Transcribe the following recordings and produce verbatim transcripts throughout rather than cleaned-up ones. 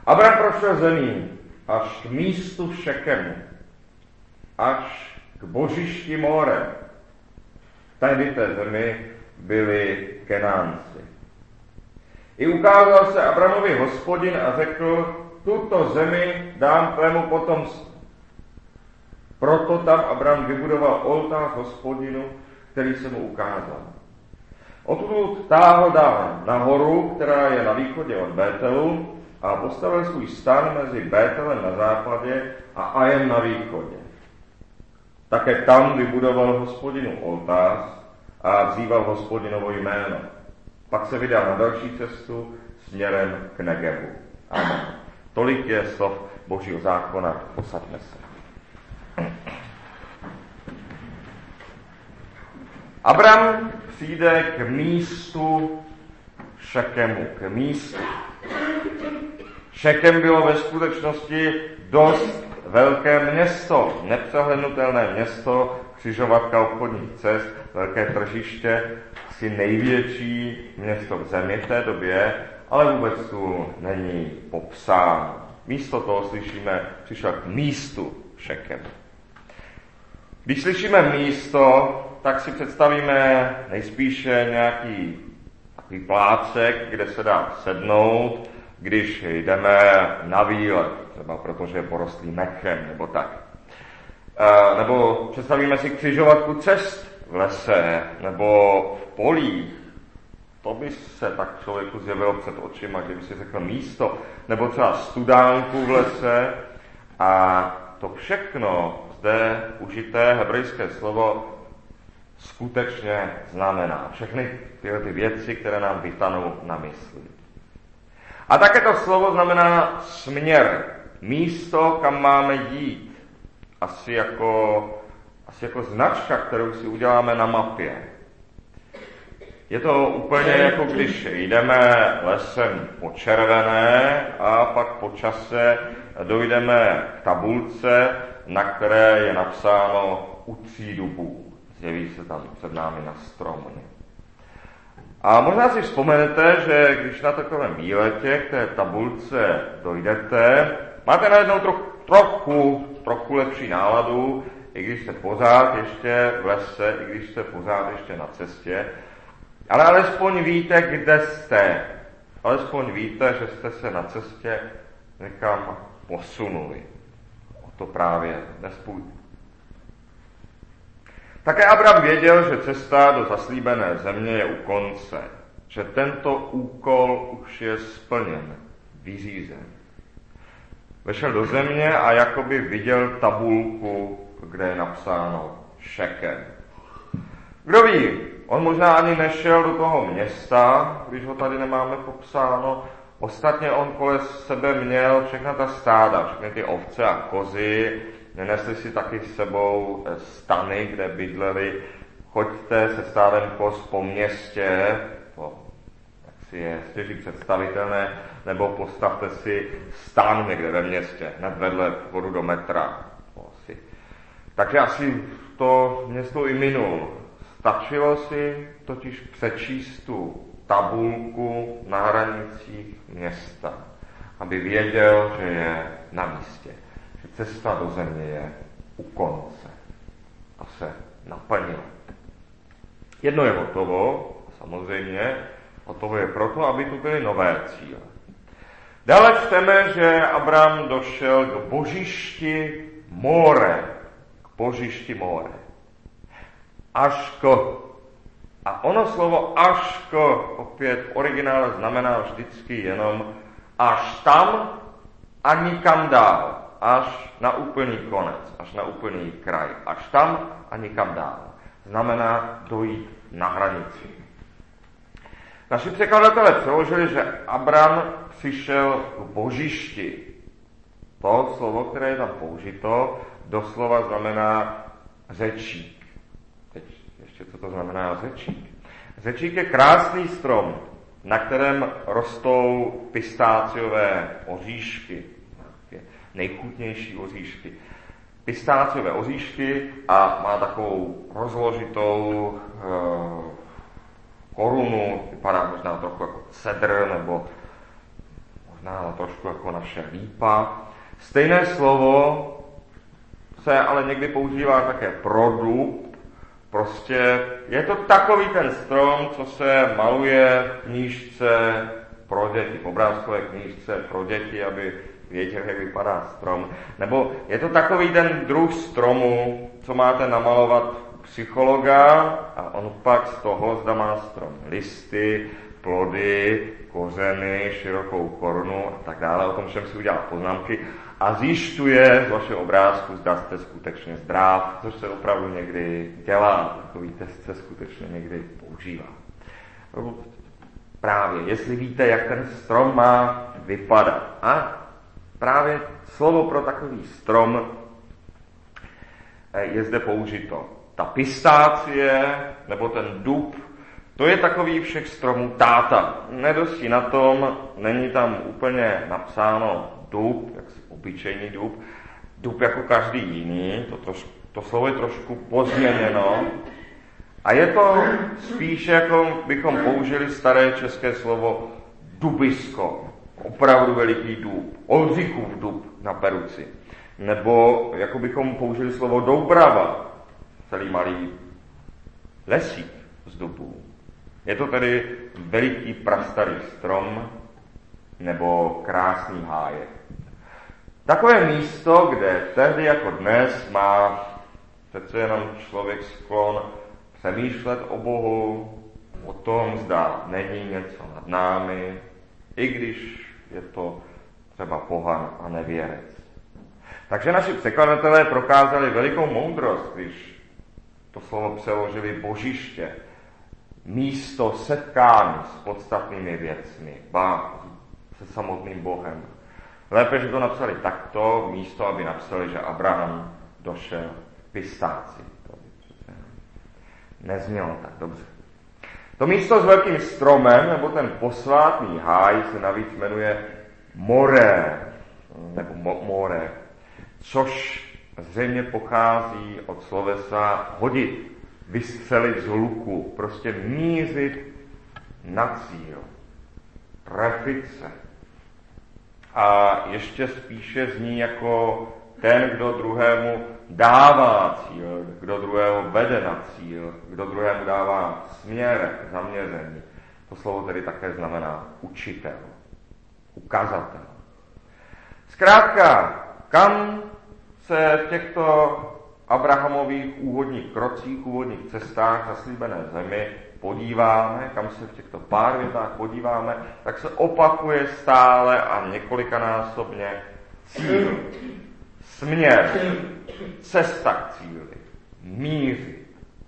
Abram prošel zemí až k místu Šekemu, až k božišti More. Tehdy té zemi byli Kenánci. I ukázal se Abramovi Hospodin a řekl, tuto zemi dám tvému potomstvu. Proto tam Abram vybudoval oltář Hospodinu, který se mu ukázal. Odtud táhl dál nahoru, která je na východě od Bételu, a postavil svůj stan mezi Bételem na západě a Ajem na východě. Také tam vybudoval Hospodinu oltář a vzýval Hospodinovo jméno. Pak se vydal na další cestu směrem k Negevu. Amen. Tolik je slov Božího zákona, posaďme se. Abram přijde k místu Šekemu, k místu. Šekem bylo ve skutečnosti dost velké město, nepřehlednutelné město, křižovatka obchodních cest, velké tržiště, asi největší město v zemi v té době, ale vůbec tu není popsáno. Místo toho slyšíme, přišel k místu Šekem. Když slyšíme místo, tak si představíme nejspíše nějaký takový plácek, kde se dá sednout, když jdeme na výlet, třeba protože je porostlý mechem, nebo tak. E, nebo představíme si křižovatku cest v lese, nebo v polích. To by se tak člověku zjevilo před očima, kdyby si řekl místo, nebo třeba studánku v lese. A to všechno zde užité hebrejské slovo skutečně znamená. Všechny tyhle ty věci, které nám vytanou na mysli. A také to slovo znamená směr, místo, kam máme jít. Asi jako, asi jako značka, kterou si uděláme na mapě. Je to úplně jako když jdeme lesem po červené a pak po čase dojdeme k tabulce, na které je napsáno u tří dubů. Zjeví se tam před námi na stromě. A možná si vzpomenete, že když na takovém výletě k té tabulce dojdete, máte najednou trochu, trochu, trochu lepší náladu, i když jste pořád ještě v lese, i když jste pořád ještě na cestě, ale alespoň víte, kde jste. Alespoň víte, že jste se na cestě někam posunuli. O to právě nespůjde. Také Abram věděl, že cesta do zaslíbené země je u konce, že tento úkol už je splněn, vyřízen. Vešel do země a jakoby viděl tabulku, kde je napsáno Šekem. Kdo ví, on možná ani nešel do toho města, když ho tady nemáme popsáno. Ostatně on kolem sebe měl všechna ta stáda, všechny ty ovce a kozy, nenesli si taky s sebou stany, kde bydleli. Choďte se stádem koz po městě, to jak si je stěží představitelné, nebo postavte si stan někde ve městě, hned vedle vchodu do metra. Asi. Takže asi to město i minul. Stačilo si totiž přečíst tu tabulku na hranicích města, aby věděl, že je na místě, že cesta do země je u konce. A se naplnilo. Jedno je hotovo, samozřejmě, hotovo je proto, aby tu byly nové cíle. Dále čteme, že Abram došel k božišti More. K božišti More. Aško. A ono slovo aško opět v originále znamená vždycky jenom až tam a nikam dál. Až na úplný konec, až na úplný kraj. Až tam a nikam dál. Znamená dojít na hranici. Naši překladatelé přeložili, že Abram přišel k božišti. To slovo, které je tam použito, doslova znamená řečík. Teď ještě co to znamená řečík. Řečík je krásný strom, na kterém rostou pistáciové oříšky. Nejchutnější oříšky. Pistáciové oříšky a má takovou rozložitou e, korunu, vypadá možná trochu jako cedr, nebo no, trošku jako naše lípa. Stejné slovo se ale někdy používá také pro dub. Prostě je to takový ten strom, co se maluje v knížce pro děti, v obrázkové knížce pro děti, aby věděli, jak vypadá strom. Nebo je to takový ten druh stromu, co máte namalovat psychologa a on pak z toho, zda má strom listy, plody, kořeny, širokou korunu a tak dále. O tom všem si udělá poznámky a zjišťuje z vašeho obrázku, zda jste skutečně zdrav, což se opravdu někdy dělá. Takový test se skutečně někdy používá. Právě, jestli víte, jak ten strom má vypadat. A právě slovo pro takový strom je zde použito. Ta pistácie, nebo ten dub, to je takový všech stromů táta. Nedostí na tom, není tam úplně napsáno dub, jaksi obyčejný dub, dub jako každý jiný, to, troš, to slovo je trošku pozměněno. A je to spíš jako bychom použili staré české slovo dubisko, opravdu veliký dub, Oldřichův dub na peruci. Nebo jako bychom použili slovo doubrava, celý malý lesík z dubů. Je to tedy veliký prastarý strom nebo krásný hájek. Takové místo, kde tehdy jako dnes má přece jenom člověk sklon přemýšlet o Bohu, o tom, zda není něco nad námi, i když je to třeba pohan a nevěrec. Takže naši překladatelé prokázali velikou moudrost, když to slovo přeložili božiště, místo setkání s podstatnými věcmi, ba se samotným Bohem. Lépe, že to napsali takto, místo, aby napsali, že Abraham došel k pistáci. To by přece neznělo tak dobře. To místo s velkým stromem, nebo ten posvátný háj, se navíc jmenuje Moré, nebo mo- More, což zřejmě pochází od slovesa hodit, vystřelit z luku, prostě mířit na cíl, trefit se. A ještě spíše zní jako ten, kdo druhému dává cíl, kdo druhého vede na cíl, kdo druhému dává směr, zaměření. To slovo tedy také znamená učitel, ukazatel. Zkrátka, kam se v těchto Abrahamových úvodních krocích, úvodních cestách zaslíbené zemi podíváme, kam se v těchto pár větách podíváme, tak se opakuje stále a několikanásobně cíl, směr, cesta k cíli, mířit.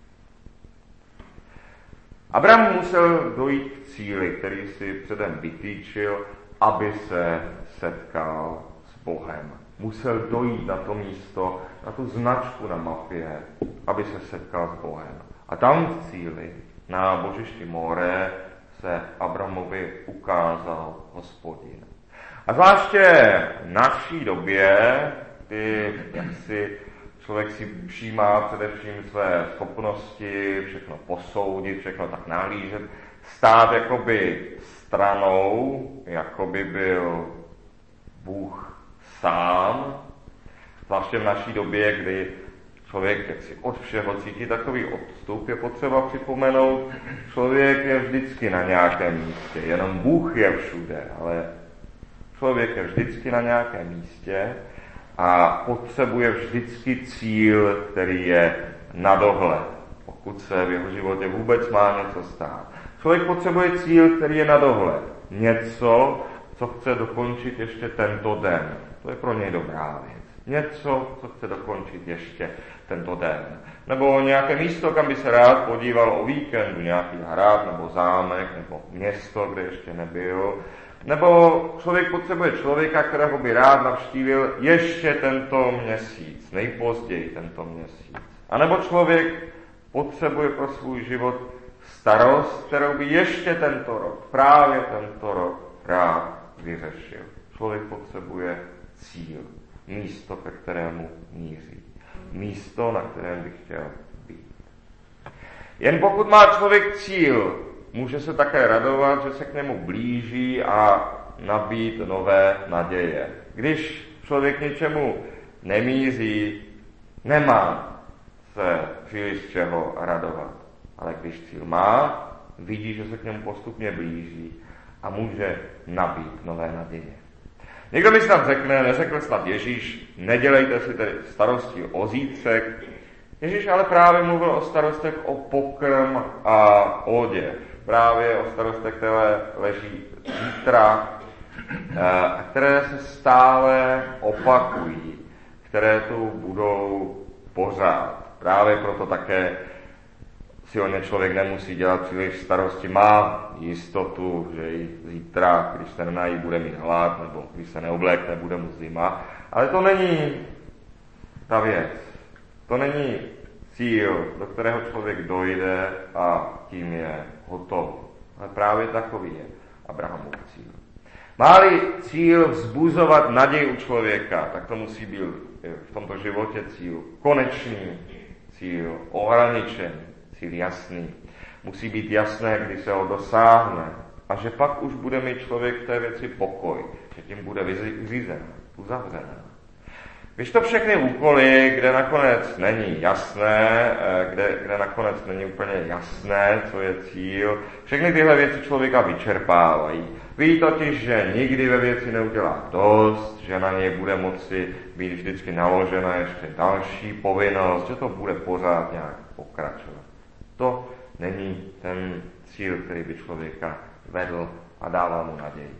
Abraham musel dojít k cíli, který si předem vytýčil, aby se setkal s Bohem. Musel dojít na to místo, na tu značku na mapě, aby se setkal s Bohem. A tam v cíli, na božišti More, se Abrahamovi ukázal Hospodin. A zvláště v naší době, kdy jak si člověk si přijímá především své schopnosti, všechno posoudit, všechno tak nahlížet, stát jakoby stranou, jakoby byl Bůh sám, zvláště v naší době, kdy člověk jaksi od všeho cítí takový odstup, je potřeba připomenout, člověk je vždycky na nějakém místě, jenom Bůh je všude, ale člověk je vždycky na nějakém místě a potřebuje vždycky cíl, který je na dohled, pokud se v jeho životě vůbec má něco stát. Člověk potřebuje cíl, který je na dohled, něco, co chce dokončit ještě tento den. To je pro něj dobrá věc. Něco, co chce dokončit ještě tento den. Nebo nějaké místo, kam by se rád podíval o víkendu, nějaký hrad, nebo zámek, nebo město, kde ještě nebyl. Nebo člověk potřebuje člověka, kterého by rád navštívil ještě tento měsíc, nejpozději tento měsíc. A nebo člověk potřebuje pro svůj život starost, kterou by ještě tento rok, právě tento rok rád vyřešil. Člověk potřebuje cíl, místo, ke kterému míří. Místo, na kterém by chtěl být. Jen pokud má člověk cíl, může se také radovat, že se k němu blíží a nabít nové naděje. Když člověk něčemu nemíří, nemá se příliš čeho radovat. Ale když cíl má, vidí, že se k němu postupně blíží a může nabít nové naděje. Někdo mi snad řekne, neřekl snad Ježíš, nedělejte si tedy starosti o zítřek. Ježíš ale právě mluvil o starostech o pokrm a oděv. Právě o starostech, které leží zítra, a které se stále opakují, které tu budou pořád. Právě proto také si o ně člověk nemusí dělat příliš starosti. Má jistotu, že i zítra, když se nenají, bude mít hlad, nebo když se neoblékne, bude mu zima. Ale to není ta věc. To není cíl, do kterého člověk dojde a tím je hotovo. Ale právě takový je Abrahamův cíl. Má-li cíl vzbuzovat naději u člověka, tak to musí být v tomto životě cíl konečný, cíl ohraničený, cíl jasný. Musí být jasné, kdy se ho dosáhne a že pak už bude mít člověk v té věci pokoj, že tím bude vyřízen, uzavřen. Když to všechny úkoly, kde nakonec není jasné, kde, kde nakonec není úplně jasné, co je cíl, všechny tyhle věci člověka vyčerpávají. Ví totiž, že nikdy ve věci neudělá dost, že na něj bude moci být vždycky naložena ještě další povinnost, že to bude pořád nějak pokračovat. To není ten cíl, který by člověka vedl a dával mu naději.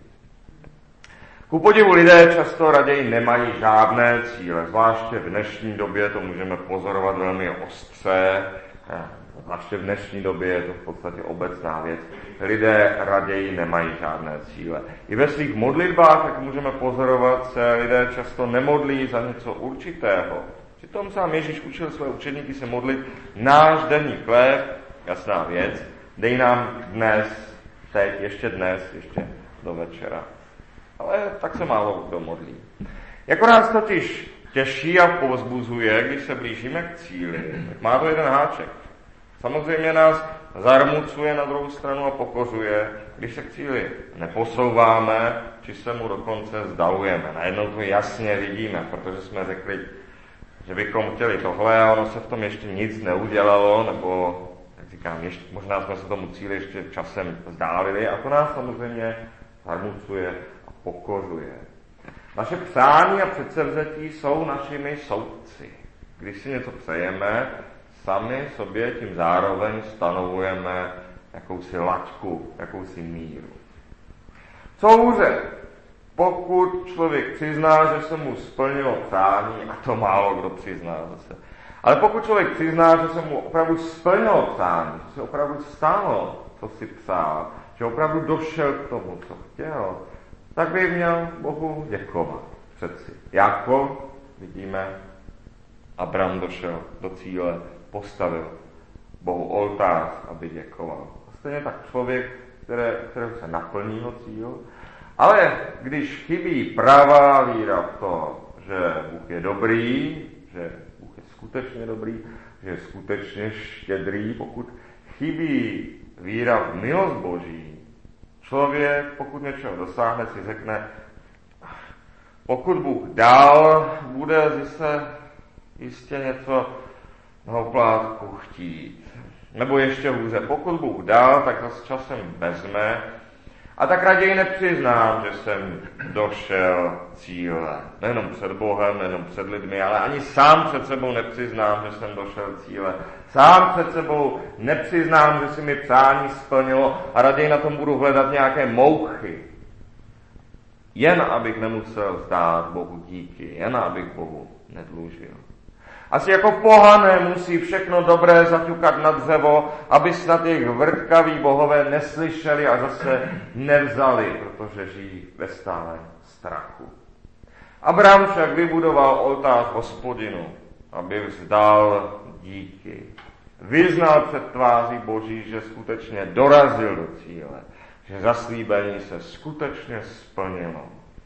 Ku podivu lidé často raději nemají žádné cíle, zvláště v dnešní době to můžeme pozorovat velmi ostře, zvláště v dnešní době je to v podstatě obecná věc. Lidé raději nemají žádné cíle. I ve svých modlitbách, jak můžeme pozorovat, se lidé často nemodlí za něco určitého. Přitom sám Ježíš učil své učedníky se modlit náš denní chléb, jasná věc, dej nám dnes, teď, ještě dnes, ještě do večera. Ale tak se málo kdo modlí. Jako nás totiž těší a povzbuzuje, když se blížíme k cíli, tak má to jeden háček. Samozřejmě nás zarmucuje na druhou stranu a pokořuje, když se k cíli neposouváme, či se mu dokonce vzdalujeme. Najednou to jasně vidíme, protože jsme řekli, že bychom chtěli tohle a ono se v tom ještě nic neudělalo, nebo, jak říkám, ještě, možná jsme se tomu cíli ještě časem vzdálili a to nás samozřejmě zarmucuje a pokořuje. Naše přání a předsevzetí jsou našimi soudci. Když si něco přejeme, sami sobě tím zároveň stanovujeme jakousi laťku, jakousi míru. Co hůře, pokud člověk přizná, že se mu splnilo přání, a to málo kdo přizná zase, ale pokud člověk přizná, že se mu opravdu splnilo přání, že se opravdu stalo, co si přál, že opravdu došel k tomu, co chtěl, tak by měl Bohu děkovat. Přeci. Jako vidíme, Abram došel do cíle, postavil Bohu oltář, aby děkoval. Stejně tak člověk, které, kterého se naplní jeho cíl, ale když chybí pravá víra v to, že Bůh je dobrý, že Bůh je skutečně dobrý, že je skutečně štědrý, pokud chybí víra v milost Boží, člověk, pokud něčeho dosáhne, si řekne, pokud Bůh dál, bude zase jistě něco na oplátku chtít. Nebo ještě hůře, pokud Bůh dal, tak zase časem vezme a tak raději nepřiznám, že jsem došel cíle. Nejenom před Bohem, nejenom před lidmi, ale ani sám před sebou nepřiznám, že jsem došel cíle. Sám před sebou nepřiznám, že si mi přání splnilo a raději na tom budu hledat nějaké mouchy. Jen abych nemusel vzdát Bohu díky, jen abych Bohu nedlužil. Asi jako pohané musí všechno dobré zaťukat na dřevo, aby snad jejich vrtkaví bohové neslyšeli a zase nevzali, protože žijí ve stálém strachu. Abraham však vybudoval oltář Hospodinu, aby vzdal díky. Vyznal před tváří Boží, že skutečně dorazil do cíle, že zaslíbení se skutečně splnilo.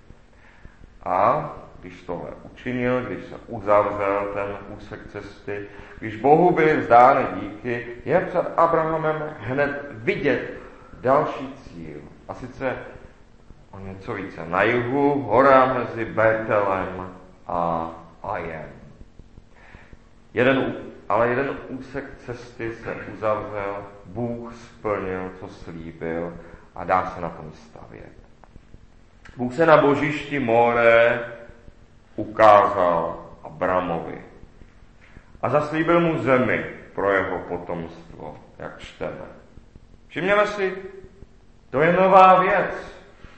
A když tohle učinil, když se uzavřel ten úsek cesty, když Bohu byly vzdány díky, je před Abrahamem hned vidět další cíl. A sice o něco více na jihu, hora mezi Betelem a Ajem. Jeden, ale jeden úsek cesty se uzavřel, Bůh splnil, co slíbil a dá se na tom stavět. Bůh se na božišti More ukázal Abramovi a zaslíbil mu zemi pro jeho potomstvo, jak čteme. Všimněme si, to je nová věc.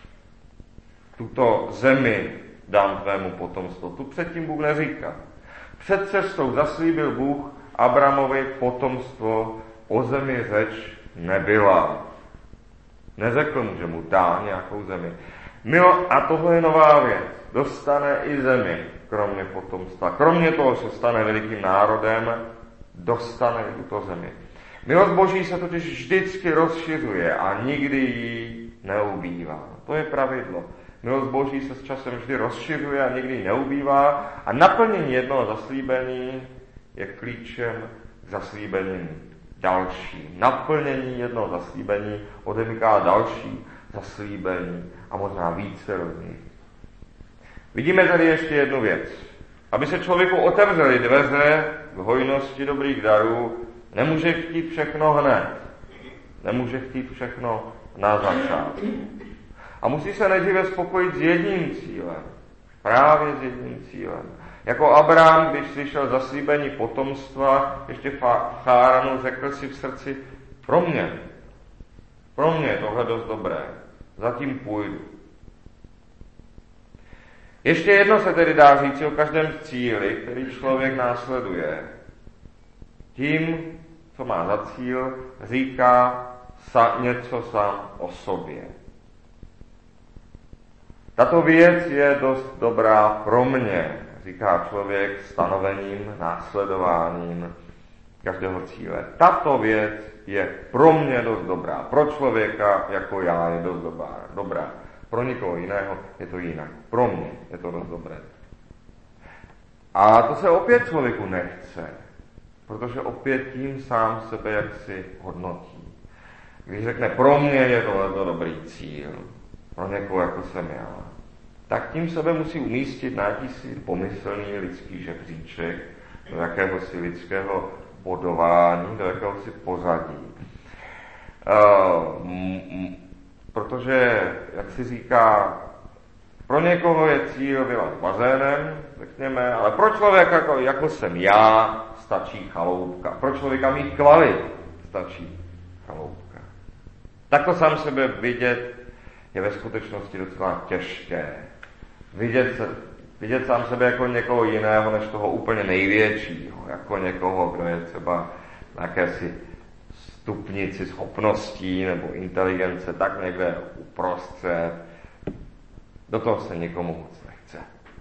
Tuto zemi dám tvému potomstvu. Tu předtím Bůh neříká. Před cestou zaslíbil Bůh Abramovi potomstvo, o zemi řeč nebyla. Neřekl mu, že mu dá nějakou zemi. Milo, a tohle je nová věc. Dostane i zemi, kromě potomstva. Kromě toho, že stane velikým národem, dostane i tuto zemi. Milost Boží se totiž vždycky rozšiřuje a nikdy ji neubývá. To je pravidlo. Milost Boží se s časem vždy rozšiřuje a nikdy neubývá a naplnění jednoho zaslíbení je klíčem k zaslíbením další. Naplnění jednoho zaslíbení odemyká další zaslíbení a možná více rodných. Vidíme tady ještě jednu věc. Aby se člověku otevřely dveře k hojnosti dobrých darů, nemůže chtít všechno hned. Nemůže chtít všechno na začátku. A musí se nejdříve spokojit s jedním cílem. Právě s jedním cílem. Jako Abraham, když slyšel zaslíbení potomstva, ještě v Cháranu, řekl si v srdci, pro mě, pro mě je tohle dost dobré. Zatím půjdu. Ještě jedno se tedy dá říci o každém cíli, který člověk následuje. Tím, co má za cíl, říká sa, něco sám o sobě. Tato věc je dost dobrá pro mě, říká člověk stanovením, následováním každého cíle. Tato věc je pro mě dost dobrá. Pro člověka jako já je dost dobrá. dobrá. Pro někoho jiného je to jinak. Pro mě je to dost dobré. A to se opět člověku nechce, protože opět tím sám sebe jaksi hodnotí. Když řekne, pro mě je tohle dobrý cíl, pro někoho jako jsem já, tak tím sebe musí umístit na jakýsi pomyslný lidský žebříček, do jakéhosi lidského bodování, do jakéhosi pozadí. Uh, m- m- protože, jak si říká, pro někoho je cíl vylat bazénem, řekněme, ale pro člověka, jako, jako jsem já, stačí chaloupka. Pro člověka mít kvalit stačí chaloupka. Takto sám sebe vidět je ve skutečnosti docela těžké. Vidět, se, vidět sám sebe jako někoho jiného, než toho úplně největšího. Jako někoho, kdo je třeba na jakési stupnici schopností nebo inteligence, tak někde uprostřed. Do toho se nikomu moc nechce.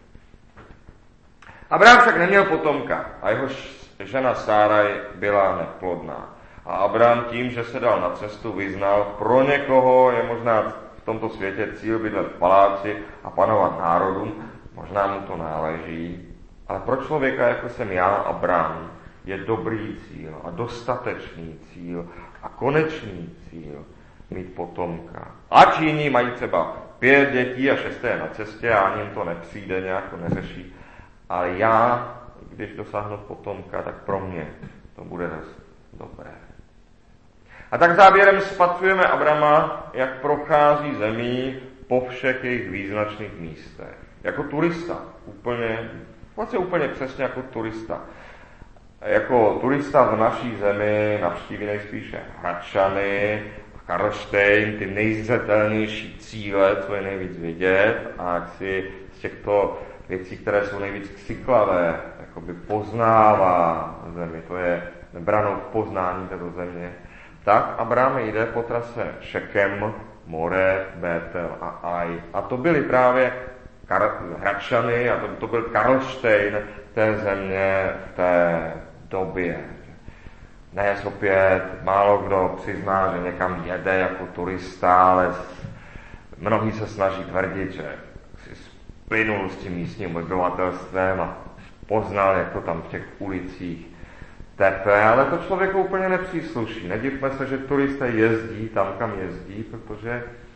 Abraham však neměl potomka a jeho žena Sáraj byla neplodná. A Abraham tím, že se dal na cestu, vyznal, pro někoho je možná v tomto světě cíl bydlet v paláci a panovat národům, možná mu to náleží, ale pro člověka, jako jsem já, Abraham, je dobrý cíl a dostatečný cíl a konečný cíl mít potomka. Ač jiní mají třeba pět dětí a šesté je na cestě a ani jim to nepřijde, nějak to neřeší, ale já, když dosáhnu potomka, tak pro mě to bude dost dobré. A tak závěrem spatřujeme Abrama, jak prochází zemí po všech jejich význačných místech. Jako turista, úplně, vlastně úplně přesně jako turista. Jako turista v naší zemi navštíví nejspíše Hradčany, Karlštejn, ty nejzřetelnější cíle, co je nejvíc vidět, a jak si z těchto věcí, které jsou nejvíc křiklavé, jakoby poznává zemi, to je branou v poznání této země, tak Abraham jde po trase Šekem, More, Betel a Aj. A to byly právě Kar- Hradčany a to, to byl Karlštejn té země v té době. Dnes opět málo kdo přizná, že někam jede jako turista, ale mnohí se snaží tvrdit, že si splynul s tím místním obyvatelstvem a poznal, jak to tam v těch ulicích tepe, ale to člověku úplně nepřísluší. Nedivme se, že turisté jezdí tam, kam jezdí, protože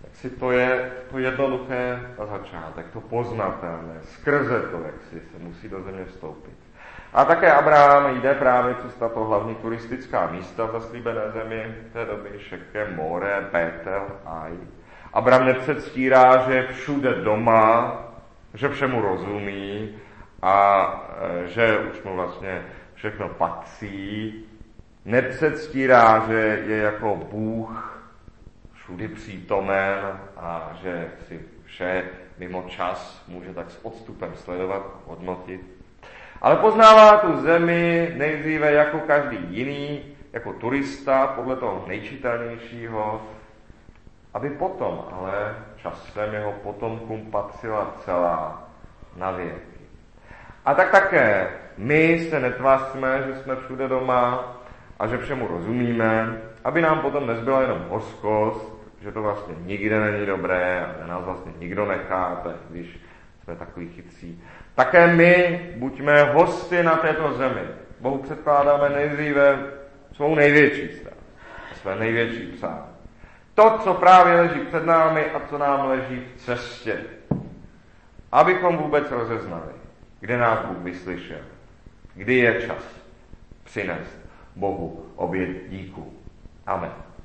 Tak si to je to jednoduché na začátek, to poznatelné, skrze to, jak si se musí do země vstoupit. A také Abraham jde právě přes tato hlavní turistická místa v zaslíbené zemi, v té doby Šekem, More, Bétel, Aj. Abraham nepředstírá, že je všude doma, že všemu rozumí a že už mu vlastně všechno patří. Nepředstírá, že je jako Bůh všudy přítomen a že si vše mimo čas může tak s odstupem sledovat a hodnotit. Ale poznává tu zemi nejdříve jako každý jiný, jako turista, podle toho nejčitelnějšího, aby potom, ale časem jeho potomkům patřila celá na věky. A tak také my se netváříme, že jsme všude doma a že všemu rozumíme, aby nám potom nezbyla jenom hořkost, že to vlastně nikde není dobré a že nás vlastně nikdo nechápe, když jsme takový chytří. Také my buďme hosty na této zemi. Bohu předkládáme nejdříve svou největší stranu, své největší přání. To, co právě leží před námi a co nám leží v cestě. Abychom vůbec rozeznali, kde nás Bůh vyslyšel, kdy je čas přinést Bohu oběť díku. Amen.